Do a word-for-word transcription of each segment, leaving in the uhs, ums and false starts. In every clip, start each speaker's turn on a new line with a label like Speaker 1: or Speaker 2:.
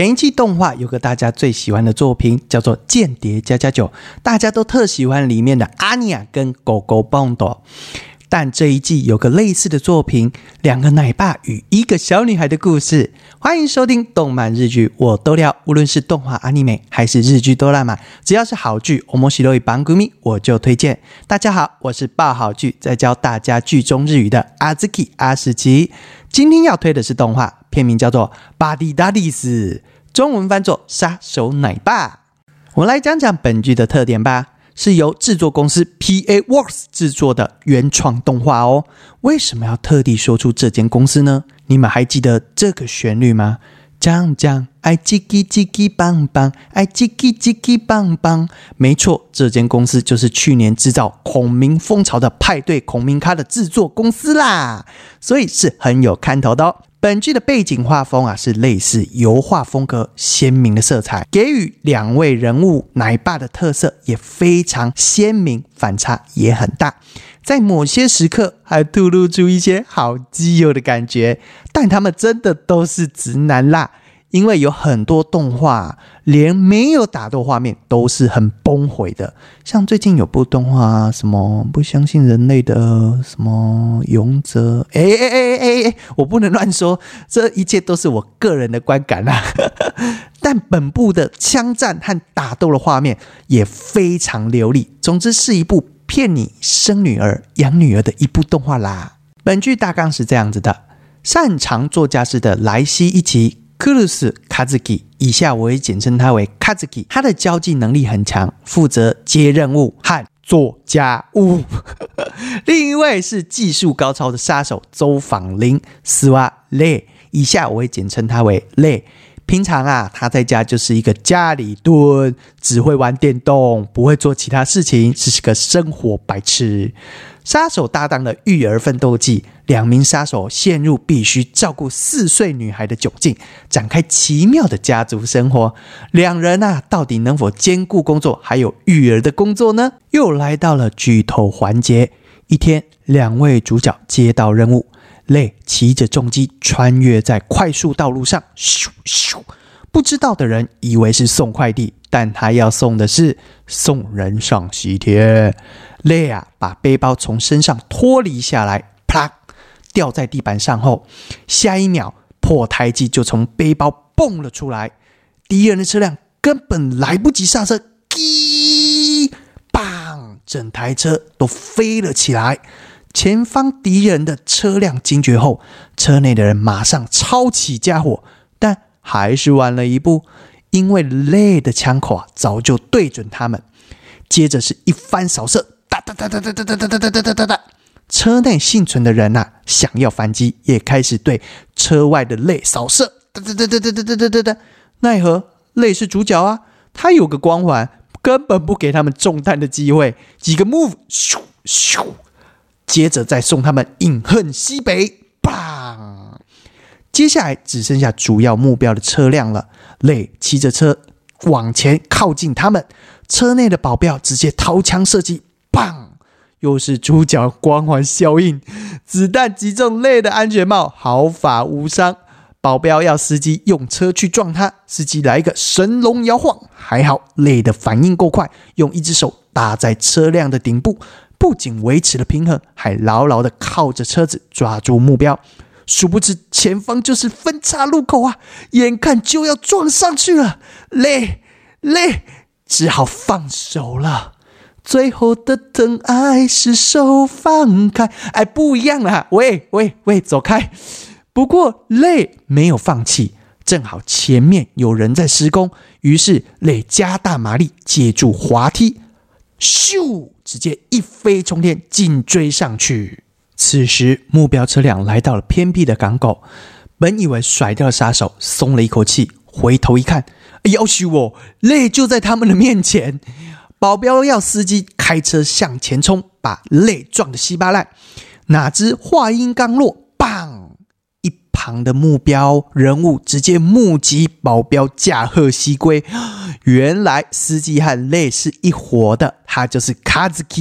Speaker 1: 前一季动画有个大家最喜欢的作品叫做《间谍加加九》，大家都特喜欢里面的阿尼亚跟狗狗棒斗。但这一季有个类似的作品，两个奶爸与一个小女孩的故事。欢迎收听动漫日剧我都聊，无论是动画アニメ还是日剧ドラマ，只要是好剧面白い番組我就推荐。大家好，我是爆好剧在教大家剧中日语的阿兹基阿史奇。今天要推的是动画，片名叫做Body Daddies，中文翻作杀手奶爸。我来讲讲本剧的特点吧。是由制作公司 P A Works 制作的原创动画哦。为什么要特地说出这间公司呢？你们还记得这个旋律吗？讲讲爱叽叽叽叽棒棒，爱叽叽叽叽棒棒。没错，这间公司就是去年制造孔明风潮的派对孔明咖的制作公司啦，所以是很有看头的哦。本剧的背景画风啊是类似油画风格，鲜明的色彩，给予两位人物奶爸的特色也非常鲜明，反差也很大。在某些时刻还吐露出一些好基友的感觉，但他们真的都是直男啦。因为有很多动画连没有打斗画面都是很崩毁的，像最近有部动画什么不相信人类的什么勇者，哎哎哎哎哎，我不能乱说，这一切都是我个人的观感啦。但本部的枪战和打斗的画面也非常流利，总之是一部骗你生女儿养女儿的一部动画啦。本剧大纲是这样子的，擅长做家事的莱西一起克鲁斯卡兹基，以下我会简称他为卡兹基。他的交际能力很强，负责接任务和做家务。另一位是技术高超的杀手周访林斯瓦雷，以下我会简称他为雷。平常啊，他在家就是一个家里蹲，只会玩电动，不会做其他事情，是个生活白痴。杀手搭档的育儿奋斗记，两名杀手陷入必须照顾四岁女孩的窘境，展开奇妙的家族生活。两人啊，到底能否兼顾工作还有育儿的工作呢？又来到了剧透环节。一天，两位主角接到任务，累骑着重机穿越在快速道路上，咻咻，不知道的人以为是送快递，但他要送的是送人上西天。累啊，把背包从身上脱离下来，啪，掉在地板上后，下一秒破胎记就从背包蹦了出来，敌人的车辆根本来不及刹车，叽，棒，整台车都飞了起来。前方敌人的车辆惊觉后，车内的人马上抄起家伙，但还是晚了一步，因为累的枪口啊早就对准他们。接着是一番扫射，哒哒哒哒哒哒哒哒哒哒哒哒，车内幸存的人啊想要反击，也开始对车外的累扫射，哒哒哒哒哒哒哒哒哒。奈何累是主角啊，他有个光环，根本不给他们中弹的机会，几个 move， 咻咻。接着再送他们饮恨西北，棒！接下来只剩下主要目标的车辆了，累骑着车往前靠近他们，车内的保镖直接掏枪射击，棒！又是主角光环效应，子弹击中累的安全帽，毫发无伤。保镖要司机用车去撞他，司机来一个神龙摇晃，还好累的反应够快，用一只手搭在车辆的顶部，不仅维持了平衡，还牢牢地靠着车子抓住目标。殊不知前方就是分岔路口啊，眼看就要撞上去了，累累只好放手了。最后的疼爱是手放开，哎，不一样啦，喂喂喂，走开。不过累没有放弃，正好前面有人在施工，于是累加大马力借助滑梯，咻，直接一飞冲天，紧追上去。此时目标车辆来到了偏僻的港口，本以为甩掉了杀手，松了一口气，回头一看，要死我，累就在他们的面前。保镖要司机开车向前冲，把累撞得稀巴烂。哪知话音刚落，棒！一旁的目标人物直接目击保镖驾鹤西归。原来司机和累是一伙的，他就是卡兹基。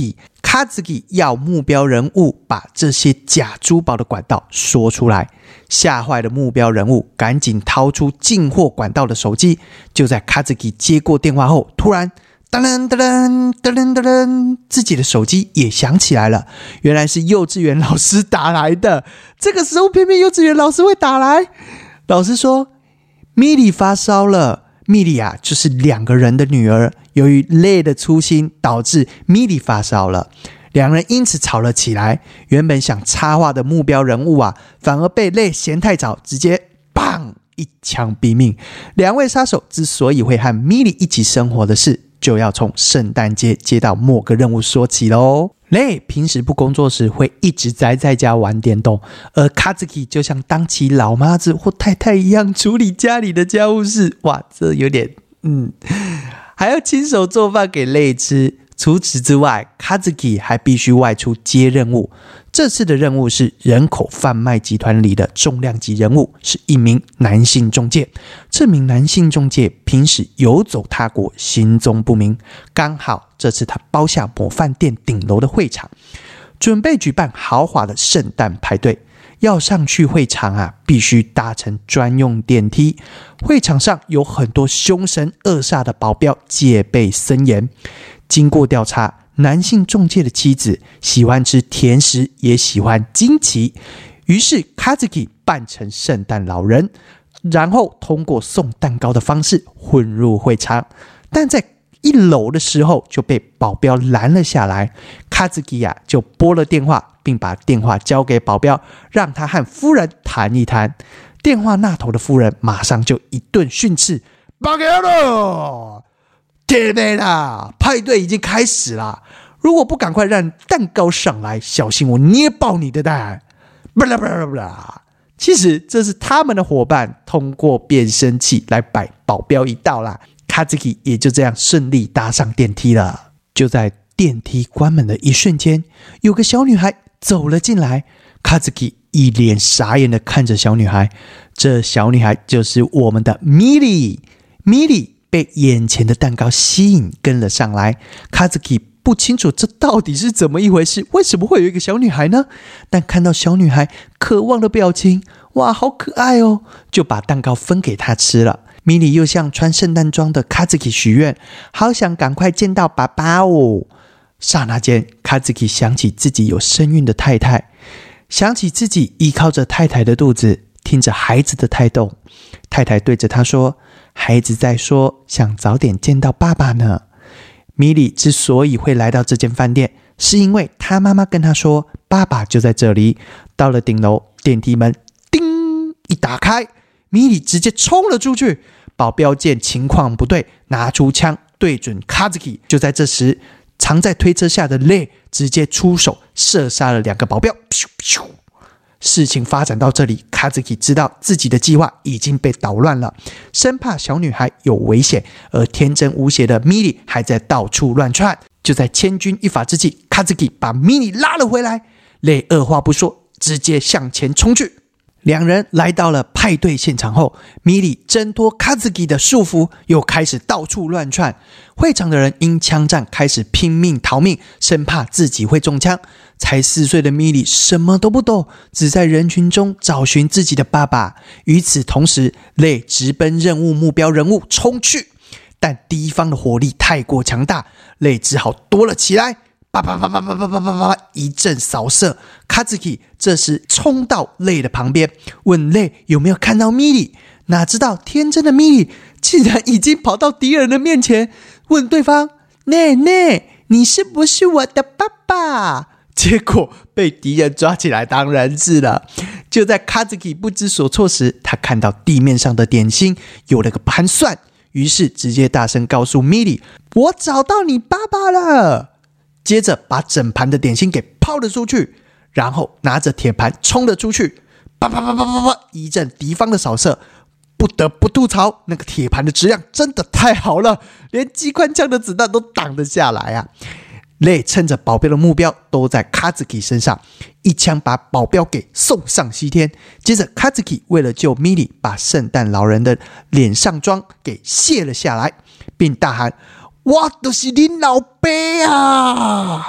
Speaker 1: Kazuki 要目标人物把这些假珠宝的管道说出来，吓坏的目标人物赶紧掏出进货管道的手机。就在 Kazuki 接过电话后，突然噔噔噔噔噔噔噔，自己的手机也响起来了，原来是幼稚园老师打来的。这个时候偏偏幼稚园老师会打来，老师说米莉发烧了。米莉啊，就是两个人的女儿，由于Lei的粗心导致米莉发烧了，两人因此吵了起来。原本想插话的目标人物啊，反而被Lei嫌太早，直接砰一枪毙命。两位杀手之所以会和米莉一起生活的事，就要从圣诞节接到某个任务说起咯。Lei 平时不工作时会一直宅在家玩电动，而 Kazuki 就像当起老妈子或太太一样处理家里的家务事。哇，这有点嗯，还要亲手做饭给Lei吃。除此之外， Kazuki 还必须外出接任务。这次的任务是人口贩卖集团里的重量级人物，是一名男性中介。这名男性中介平时游走他国，行踪不明。刚好这次他包下某饭店顶楼的会场，准备举办豪华的圣诞派对。要上去会场啊，必须搭乘专用电梯。会场上有很多凶神恶煞的保镖，戒备森严。经过调查，男性中介的妻子喜欢吃甜食，也喜欢惊奇。于是 Kazuki 扮成圣诞老人，然后通过送蛋糕的方式混入会场。但在一楼的时候就被保镖拦了下来。 Kazuki 啊，就拨了电话，并把电话交给保镖，让他和夫人谈一谈。电话那头的夫人马上就一顿训斥：报给了，姐妹啦，派对已经开始了，如果不赶快让蛋糕上来，小心我捏爆你的蛋！不啦不啦不啦！其实这是他们的伙伴通过变声器来摆保镖一道啦。Kazuki 也就这样顺利搭上电梯了。就在电梯关门的一瞬间，有个小女孩走了进来。 Kazuki 一脸傻眼的看着小女孩，这小女孩就是我们的米莉。米莉被眼前的蛋糕吸引跟了上来。 Kazuki 不清楚这到底是怎么一回事，为什么会有一个小女孩呢？但看到小女孩渴望的表情，哇，好可爱哦，就把蛋糕分给她吃了。米莉又向穿圣诞装的 Kazuki 许愿，好想赶快见到爸爸哦。刹那间 Kazuki 想起自己有身孕的太太，想起自己依靠着太太的肚子，听着孩子的胎动。太太对着他说，孩子在说想早点见到爸爸呢。米莉之所以会来到这间饭店，是因为他妈妈跟他说爸爸就在这里。到了顶楼，电梯门叮一打开，米莉直接冲了出去。保镖见情况不对，拿出枪对准 Kazuki。 就在这时，藏在推车下的Lei直接出手射杀了两个保镖。咻咻，事情发展到这里， Kazuki 知道自己的计划已经被捣乱了，生怕小女孩有危险，而天真无邪的米莉还在到处乱窜。就在千钧一发之际， Kazuki 把米莉拉了回来。Lei二话不说，直接向前冲去。两人来到了派对现场后，米莉挣脱 Kazuki 的束缚，又开始到处乱窜。会场的人因枪战开始拼命逃命，生怕自己会中枪。才四岁的米莉什么都不懂，只在人群中找寻自己的爸爸。与此同时，Lei直奔任务目标人物冲去，但敌方的火力太过强大，Lei只好躲了起来。叭叭叭叭叭叭叭叭叭，一阵扫射。Kazuki 这时冲到Lei的旁边，问Lei有没有看到米莉。哪知道天真的米莉竟然已经跑到敌人的面前，问对方：“Lei Lei，你是不是我的爸爸？”结果被敌人抓起来当人质了。就在 Kazuki 不知所措时，他看到地面上的点心有了个盘算，于是直接大声告诉米莉：“我找到你爸爸了。”接着把整盘的点心给抛了出去，然后拿着铁盘冲了出去。啪啪啪啪啪啪，一阵敌方的扫射，不得不吐槽那个铁盘的质量真的太好了，连机关枪的子弹都挡得下来啊。Lei趁着保镖的目标都在 Kazuki 身上，一枪把保镖给送上西天。接着 Kazuki 为了救米莉，把圣诞老人的脸上妆给卸了下来，并大喊：“我就是你老爸啊！”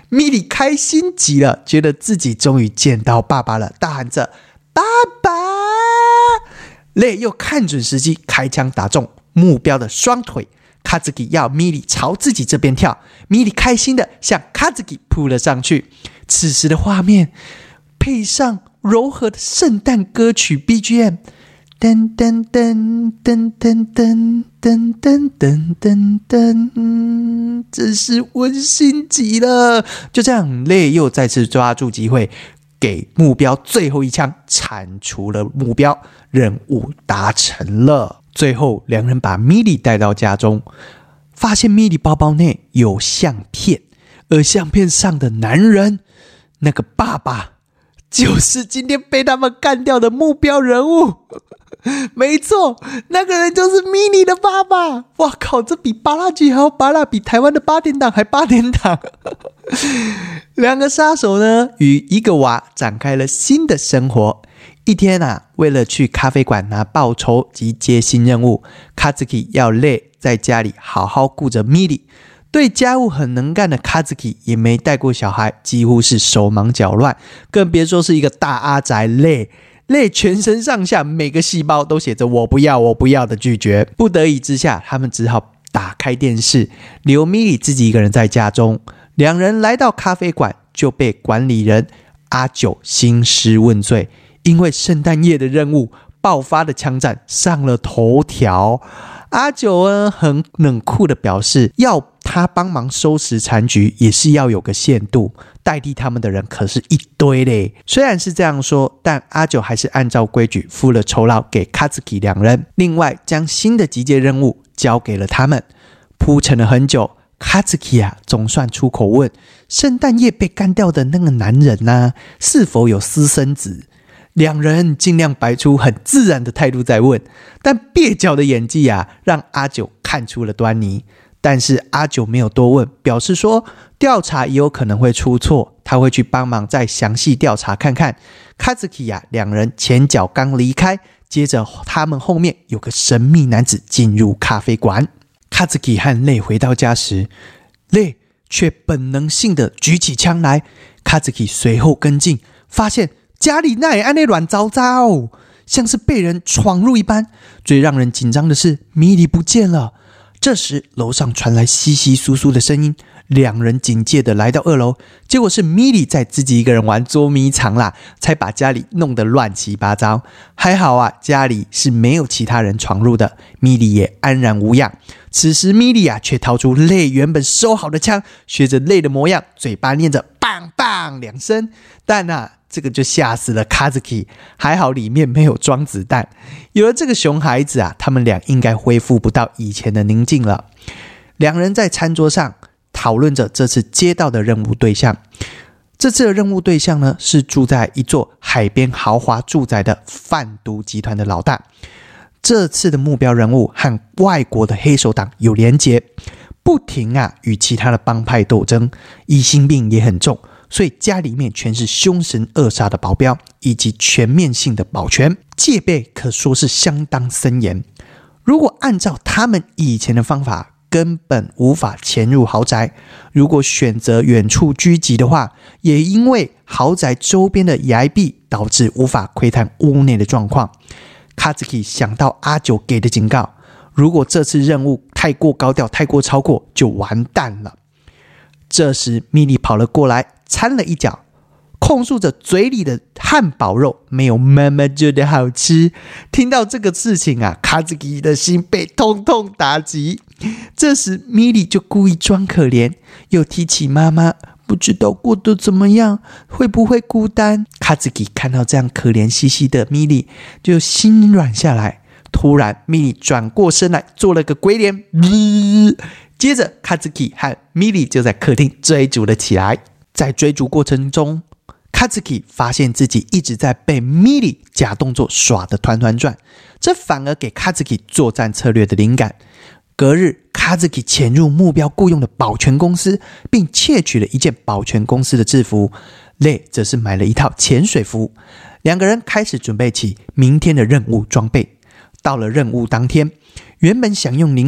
Speaker 1: 米莉开心极了，觉得自己终于见到爸爸了，大喊着爸爸。雷又看准时机，开枪打中目标的双腿。卡兹基要米莉朝自己这边跳，米莉开心的向卡兹基扑了上去。此时的画面配上柔和的圣诞歌曲 B G M， 噔噔噔噔噔噔噔噔噔噔噔，真是温馨极了。就这样，雷又再次抓住机会，给目标最后一枪，铲除了目标，任务达成了。最后两人把米莉带到家中，发现米莉包包内有相片，而相片上的男人，那个爸爸就是今天被他们干掉的目标人物。没错，那个人就是米莉的爸爸。哇靠，这比巴拉剧还要巴拉，比台湾的八点档还八点档。两个杀手呢，与一个娃展开了新的生活。一天啊，为了去咖啡馆拿报酬及接新任务，卡兹基要累在家里好好顾着米莉。对家务很能干的卡兹基也没带过小孩，几乎是手忙脚乱，更别说是一个大阿宅累。累全身上下每个细胞都写着我不要我不要的拒绝。不得已之下，他们只好打开电视，留米莉自己一个人在家中。两人来到咖啡馆，就被管理人阿九兴师问罪，因为圣诞夜的任务爆发的枪战上了头条。阿九呢很冷酷的表示，要他帮忙收拾残局也是要有个限度，代替他们的人可是一堆嘞。虽然是这样说，但阿九还是按照规矩付了酬劳给卡兹基两人，另外将新的集结任务交给了他们。铺陈了很久，卡兹基啊总算出口问，圣诞夜被干掉的那个男人啊，是否有私生子？两人尽量摆出很自然的态度在问，但蹩脚的演技啊，让阿九看出了端倪。但是阿九没有多问，表示说调查也有可能会出错，他会去帮忙再详细调查看看。卡兹基啊，两人前脚刚离开，接着他们后面有个神秘男子进入咖啡馆。卡兹基和累回到家时，累却本能性的举起枪来，卡兹基随后跟进，发现家里那也按那乱糟糟，像是被人闯入一般。最让人紧张的是，米莉不见了。这时楼上传来窸窸窣窣的声音，两人警戒的来到二楼，结果是米莉在自己一个人玩捉迷藏啦，才把家里弄得乱七八糟。还好啊，家里是没有其他人闯入的，米莉也安然无恙。此时米莉啊，却掏出累原本收好的枪，学着累的模样，嘴巴念着棒棒两声，但啊这个就吓死了卡兹基，还好里面没有装子弹。有了这个熊孩子啊，他们俩应该恢复不到以前的宁静了。两人在餐桌上讨论着这次接到的任务对象。这次的任务对象呢，是住在一座海边豪华住宅的贩毒集团的老大。这次的目标人物和外国的黑手党有连结，不停啊与其他的帮派斗争，疑心病也很重，所以家里面全是凶神恶煞的保镖，以及全面性的保全，戒备可说是相当森严。如果按照他们以前的方法，根本无法潜入豪宅。如果选择远处狙击的话，也因为豪宅周边的崖壁导致无法窥探屋内的状况。卡兹基想到阿九给的警告，如果这次任务太过高调太过超过，就完蛋了。这时米莉跑了过来，掺了一脚，控诉着嘴里的汉堡肉没有妈妈做的好吃。听到这个事情啊，卡兹基的心被痛痛打击。这时米莉就故意装可怜，又提起妈妈不知道过得怎么样，会不会孤单。卡兹基看到这样可怜兮兮的米莉，就心软下来。突然米莉转过身来，做了个鬼脸，接着卡兹基和米莉就在客厅追逐了起来。在追逐过程中，卡兹基发现自己一直在被米莉假动作耍得团团转，这反而给卡兹基作战策略的灵感。隔日，卡兹基潜入目标雇佣的保全公司，并窃取了一件保全公司的制服。累则是买了一套潜水服。两个人开始准备起明天的任务装备。到了任务当天，原本想用零食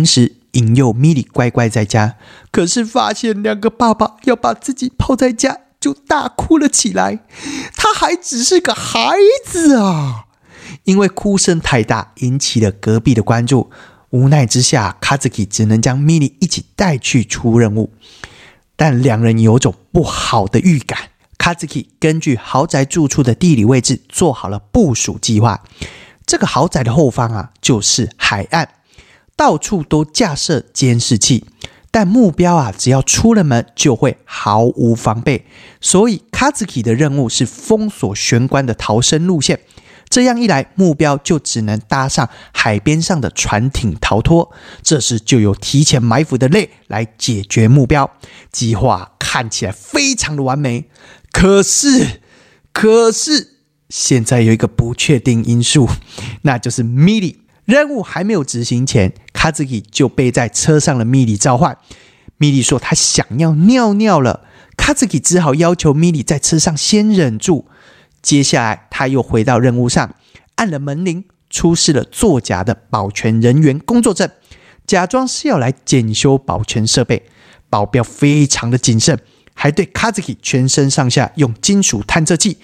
Speaker 1: 引诱米莉乖乖在家，可是发现两个爸爸要把自己抛在家，就大哭了起来。他还只是个孩子啊！因为哭声太大，引起了隔壁的关注。无奈之下，卡兹基只能将米莉一起带去出任务。但两人有种不好的预感。卡兹基根据豪宅住处的地理位置做好了部署计划。这个豪宅的后方啊，就是海岸，到处都架设监视器。但目标啊，只要出了门就会毫无防备。所以卡兹基的任务是封锁玄关的逃生路线。这样一来，目标就只能搭上海边上的船艇逃脱。这时就由提前埋伏的Lei来解决目标。计划看起来非常的完美，可是，可是现在有一个不确定因素，那就是米莉。任务还没有执行前，卡兹基就被在车上的米莉召唤。米莉说她想要尿尿了，卡兹基只好要求米莉在车上先忍住。接下来他又回到任务上，按了门铃，出示了作假的保全人员工作证，假装是要来检修保全设备。保镖非常的谨慎，还对卡兹基全身上下用金属探测器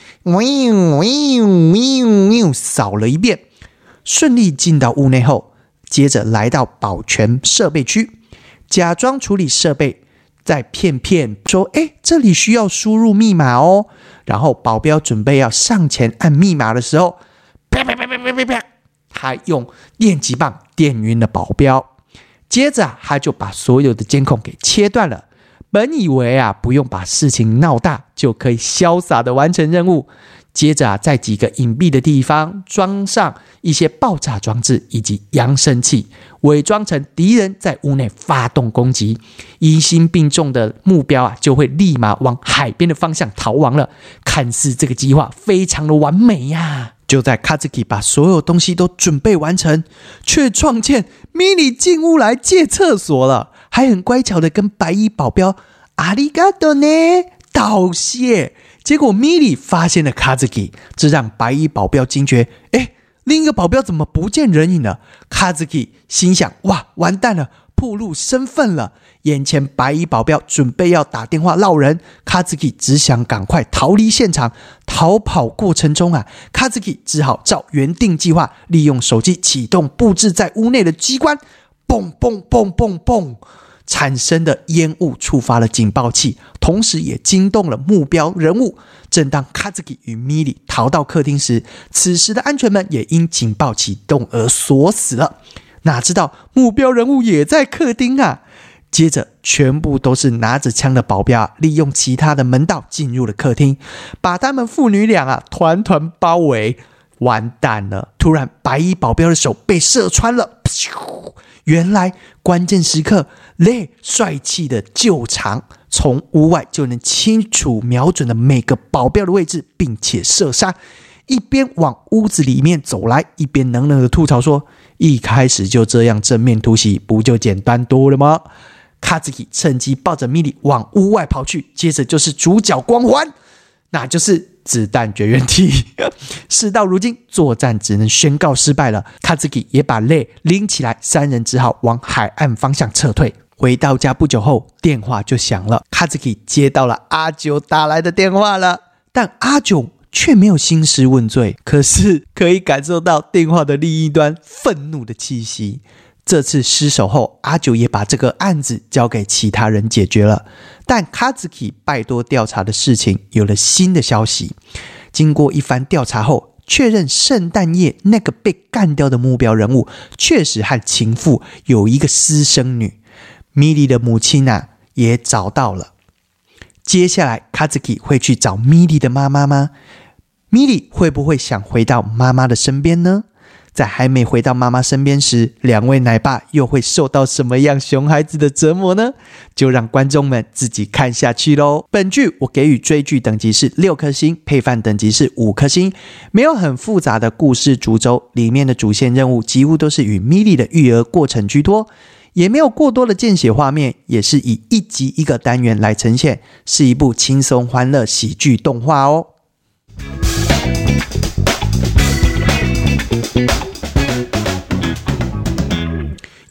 Speaker 1: 扫了一遍。顺利进到屋内后，接着来到保全设备区，假装处理设备，再骗骗说诶这里需要输入密码哦。然后保镖准备要上前按密码的时候，啪啪啪啪啪啪啪，他用电击棒电晕了保镖。接着、啊、他就把所有的监控给切断了。本以为啊不用把事情闹大，就可以潇洒的完成任务。接着啊，在几个隐蔽的地方装上一些爆炸装置以及扬声器，伪装成敌人在屋内发动攻击，疑心病重的目标啊就会立马往海边的方向逃亡了。看似这个计划非常的完美呀、啊！就在卡兹基把所有东西都准备完成，却撞见米莉进屋来借厕所了，还很乖巧的跟白衣保镖阿里嘎多呢道谢。结果米莉发现了卡兹基，这让白衣保镖惊觉，诶，另一个保镖怎么不见人影了？卡兹基心想，哇，完蛋了，暴露身份了。眼前白衣保镖准备要打电话闹人，卡兹基只想赶快逃离现场。逃跑过程中啊，卡兹基只好照原定计划，利用手机启动布置在屋内的机关，蹦蹦蹦蹦蹦，产生的烟雾触发了警报器，同时也惊动了目标人物。正当卡兹基与米莉逃到客厅时，此时的安全门也因警报启动而锁死了。哪知道目标人物也在客厅啊！接着全部都是拿着枪的保镖、啊、利用其他的门道进入了客厅，把他们父女俩啊团团包围。完蛋了！突然白衣保镖的手被射穿了，原来关键时刻Lei帅气的救场，从屋外就能清楚瞄准了每个保镖的位置，并且射杀。一边往屋子里面走来，一边冷冷的吐槽说，一开始就这样正面突袭，不就简单多了吗？卡兹基趁机抱着米莉往屋外跑去，接着就是主角光环，那就是子弹绝缘体。事到如今，作战只能宣告失败了。卡兹基也把Lei拎起来，三人只好往海岸方向撤退。回到家不久后，电话就响了。卡兹基接到了阿九打来的电话了，但阿九却没有兴师问罪，可是可以感受到电话的另一端愤怒的气息。这次失手后，阿九也把这个案子交给其他人解决了。但卡兹基拜托调查的事情有了新的消息。经过一番调查后，确认圣诞夜那个被干掉的目标人物确实和情妇有一个私生女。米莉的母亲啊也找到了。接下来卡兹基会去找米莉的妈妈吗？米莉会不会想回到妈妈的身边呢？在还没回到妈妈身边时，两位奶爸又会受到什么样熊孩子的折磨呢？就让观众们自己看下去咯。本剧我给予追剧等级是六颗星，配饭等级是五颗星。没有很复杂的故事主轴，里面的主线任务几乎都是与米莉的育儿过程居多，也没有过多的见血画面，也是以一集一个单元来呈现，是一部轻松欢乐喜剧动画哦。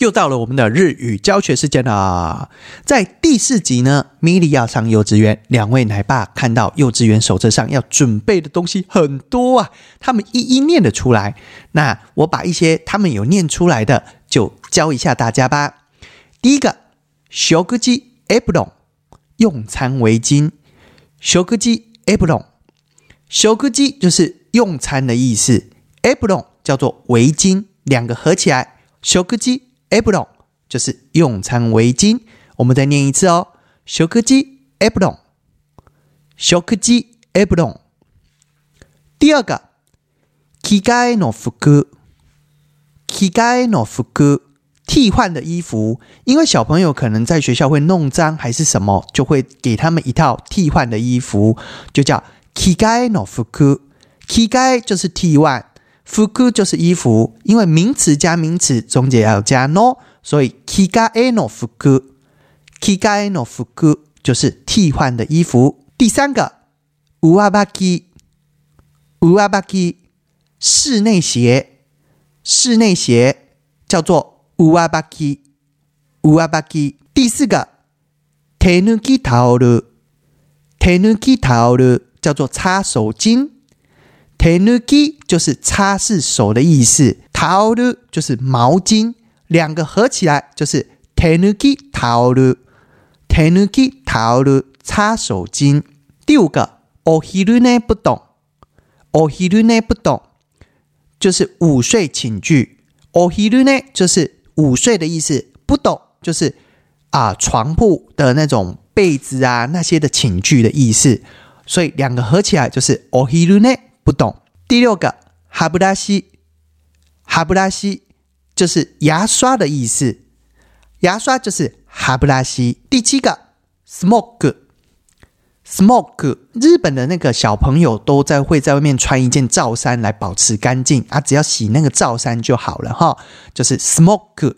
Speaker 1: 又到了我们的日语教学时间啦。在第四集呢，米莉要上幼稚园，两位奶爸看到幼稚园手册上要准备的东西很多啊，他们一一念了出来。那我把一些他们有念出来的就教一下大家吧。第一个，食事エプロン，用餐围巾。食事エプロン，食事就是用餐的意思，エプロン叫做围巾，两个合起来，食事エプロン就是用餐围巾。我们再念一次哦，食事エプロン，食事エプロン。第二个，着替えの服，着替えの服，替换的衣服。因为小朋友可能在学校会弄脏还是什么，就会给他们一套替换的衣服，就叫着替えの服。着替就是替换，服就是衣服，因为名词加名词中间要加 no， 所以着替えの服，着替えの服就是替换的衣服。第三个，上履き，上履き，室内鞋，室内鞋叫做上履き，上履き。第四个，手抜きタオル，手抜きタオル叫做擦手巾。手抜き就是擦拭手的意思，タオル就是毛巾，两个合起来就是手抜きタオル，手抜きタオル擦手巾。第五个，お昼寝不懂，お昼寝不懂就是午睡寝具，お昼寝就是午睡的意思，不懂就是啊床铺的那种被子啊那些的寝具的意思，所以两个合起来就是お昼寝不懂。第六个，歯ブラシ，歯ブラシ就是牙刷的意思，牙刷就是歯ブラシ。第七个 smoke， smoke 日本的那个小朋友都在会在外面穿一件罩衫来保持干净啊，只要洗那个罩衫就好了哈，就是 smoke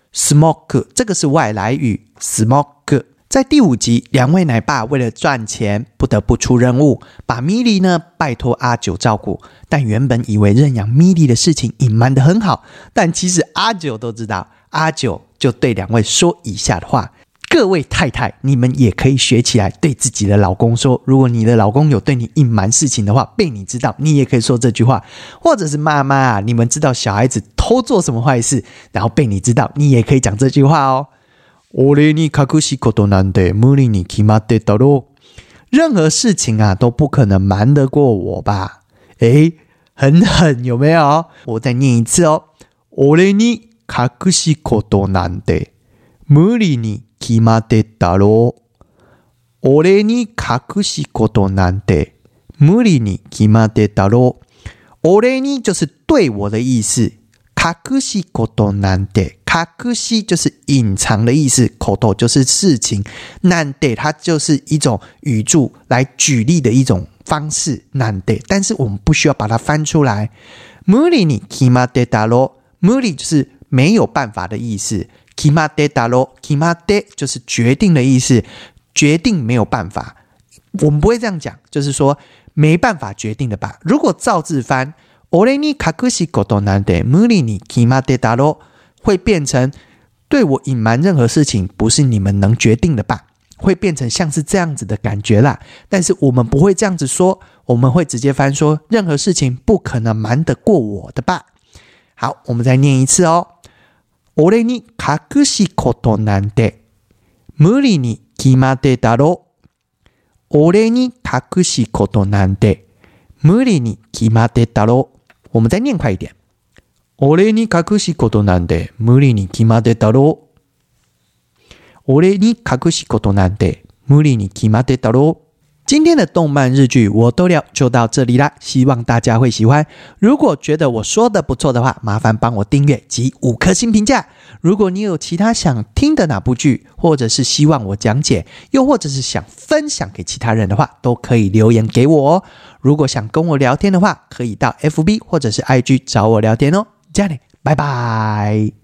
Speaker 1: smoke 这个是外来语 smoke。在第五集，两位奶爸为了赚钱不得不出任务，把米莉呢拜托阿九照顾，但原本以为认养米莉的事情隐瞒得很好，但其实阿九都知道。阿九就对两位说以下的话，各位太太，你们也可以学起来，对自己的老公说，如果你的老公有对你隐瞒事情的话，被你知道，你也可以说这句话。或者是妈妈啊，你们知道小孩子偷做什么坏事，然后被你知道，你也可以讲这句话哦。俺に隠し事なんて無理に決まってたろ。任何事情啊都不可能瞒得过我吧？诶，很狠有没有？我再念一次哦。俺に隠し事なんて無理に決まってたろ。俺に隠し事なんて無理に決まってたろ。俺に就是对我的意思。隠し事なんて隠し就是隐藏的意思，こと就是事情，なんて它就是一种语助来举例的一种方式，なんて，但是我们不需要把它翻出来。無理に決まってたろ，無理就是没有办法的意思，決まってたろ，決まって就是决定的意思，决定没有办法。我们不会这样讲，就是说没办法决定的吧。如果照字翻，俺に隠し事なんて無理に決まってたろ，会变成对我隐瞒任何事情不是你们能决定的吧，会变成像是这样子的感觉啦。但是我们不会这样子说，我们会直接翻说任何事情不可能瞒得过我的吧。好，我们再念一次哦。俺に隠し事なんて無理に決まってたろ。俺に隠し事なんて無理に決まってたろ。我们再念快一点。俺に隠し事なんて無理に決まってたろ。俺に隠し事なんて無理に決まってたろ。今天的动漫日剧我都聊就到这里啦，希望大家会喜欢。如果觉得我说的不错的话，麻烦帮我订阅及五颗星评价。如果你有其他想听的哪部剧，或者是希望我讲解，又或者是想分享给其他人的话，都可以留言给我哦。如果想跟我聊天的话，可以到 F B 或者是 I G 找我聊天哦。这样嘞，拜拜。